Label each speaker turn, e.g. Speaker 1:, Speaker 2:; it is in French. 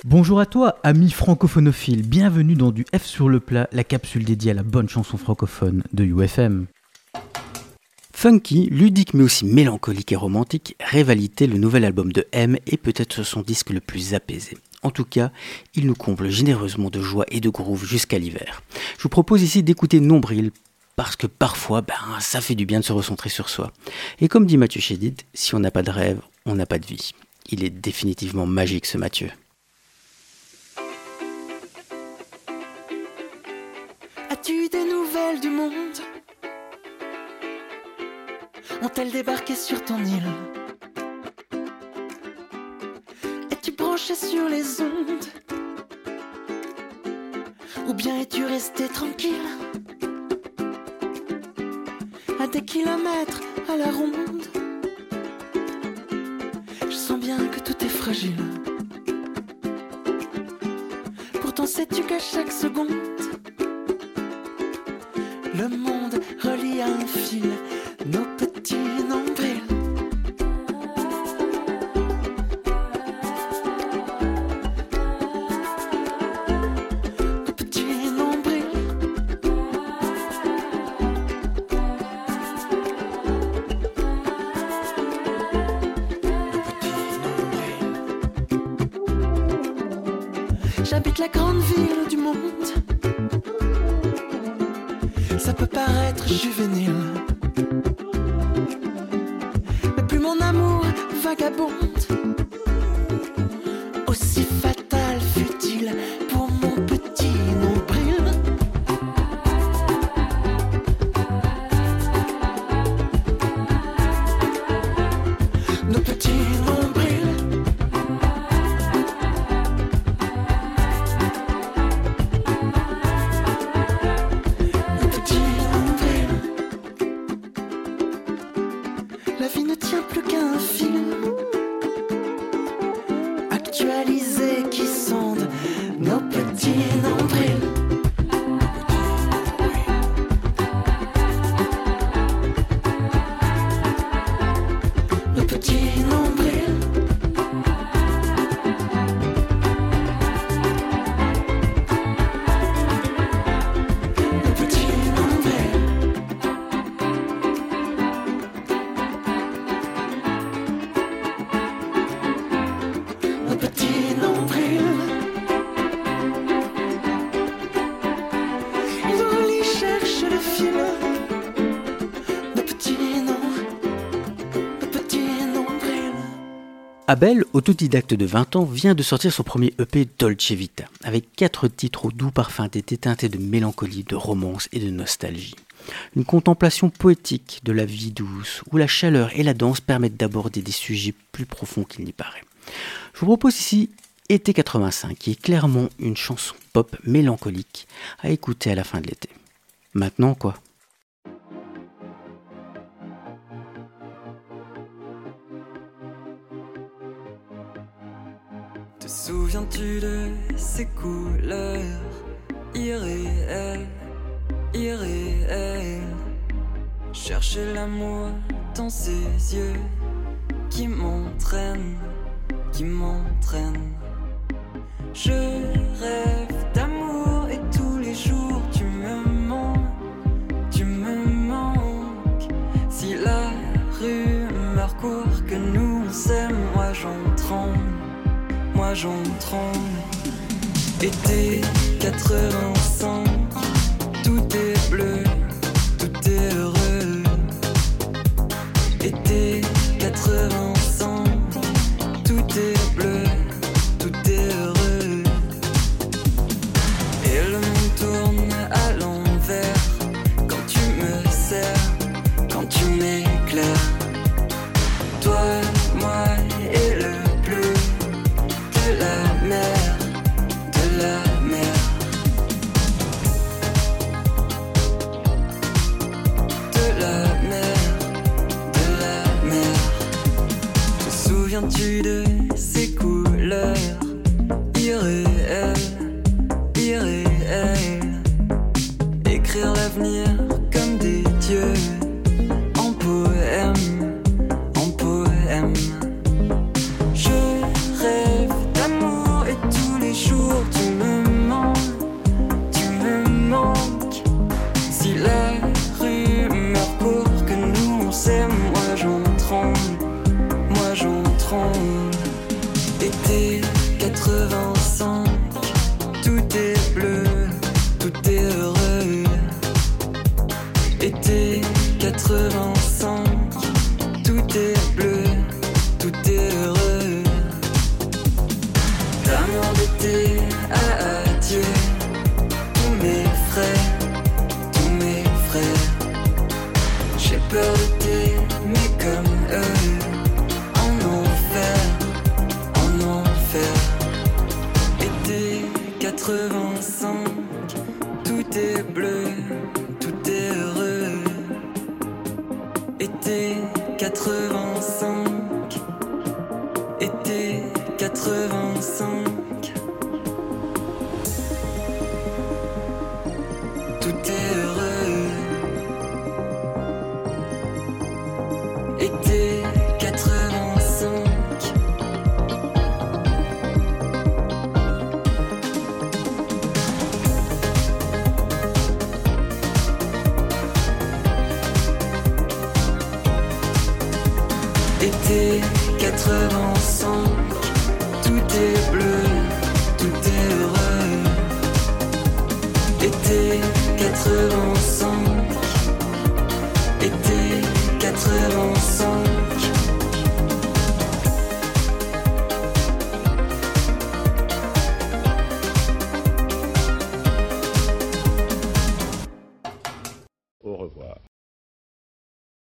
Speaker 1: Bonjour à toi, ami francophonophile, bienvenue dans du F sur le plat, la capsule dédiée à la bonne chanson francophone de UFM. Funky, ludique mais aussi mélancolique et romantique, Rivalité, le nouvel album de M, est peut-être son disque le plus apaisé. En tout cas, il nous comble généreusement de joie et de groove jusqu'à l'hiver. Je vous propose ici d'écouter Nombril, parce que parfois, ça fait du bien de se recentrer sur soi. Et comme dit Mathieu Chédid, si on n'a pas de rêve, on n'a pas de vie. Il est définitivement magique ce Mathieu.
Speaker 2: As-tu des nouvelles du monde? Ont-elles débarqué sur ton île? Es-tu branché sur les ondes? Ou bien es-tu resté tranquille? À des kilomètres à la ronde, je sens bien que tout est fragile. Pourtant sais-tu qu'à chaque seconde, le monde relie à un fil nos petits nombrils. Nos petits nombrils. Nos petits nombrils. J'habite la grande ville du monde. Ça peut paraître juvénile, mais plus mon amour vagabonde, aussi fatal fut-il pour mon petit nombril. Nos petits nombrils. La vie ne tient plus qu'à un film actualisé qui sonde nos petits nombrils. Nos petits nombrils. Nos petits nombrils. Nos petits nombrils. Loli cherche le fil. Nos petits nombrils.
Speaker 1: Abel, autodidacte de 20 ans, vient de sortir son premier EP Dolce Vita, avec 4 titres au doux parfum d'été teintés de mélancolie, de romance et de nostalgie. Une contemplation poétique de la vie douce, où la chaleur et la danse permettent d'aborder des sujets plus profonds qu'il n'y paraît. Je vous propose ici Été 85, qui est clairement une chanson pop mélancolique à écouter à la fin de l'été. Maintenant quoi?
Speaker 2: Te souviens-tu de ces couleurs irréelles, irréelles? Chercher l'amour dans ses yeux qui m'entraînent, qui m'entraînent. Je rêve d'amour et tous les jours tu me manques, tu me manques. Si la rumeur court que nous on s'aime, moi j'en tremble, moi j'en tremble. Été 85, tout est bleu, tout est heureux. Été 85, tout est bleu, tout est heureux. Et le monde tourne à l'envers quand tu me serres, quand tu m'éclaires. Toi, moi et le bleu de la mer, de la mer. De la mer, de la mer. Te souviens-tu de ces couleurs irréelles, irréelles? Écrire l'avenir comme des dieux en poème, en poème. Je rêve d'amour et tous les Été 85, tout est bleu, tout est heureux. L'amour d'été a adieu. Tous mes frères, j'ai peur de t'aimer comme eux. En enfer. Été 85, tout est bleu, tout est heureux. Été 85, été 85. Tout est heureux. Été 85. Été 85. Tout est bleu, tout est heureux. Été 85. Été 85.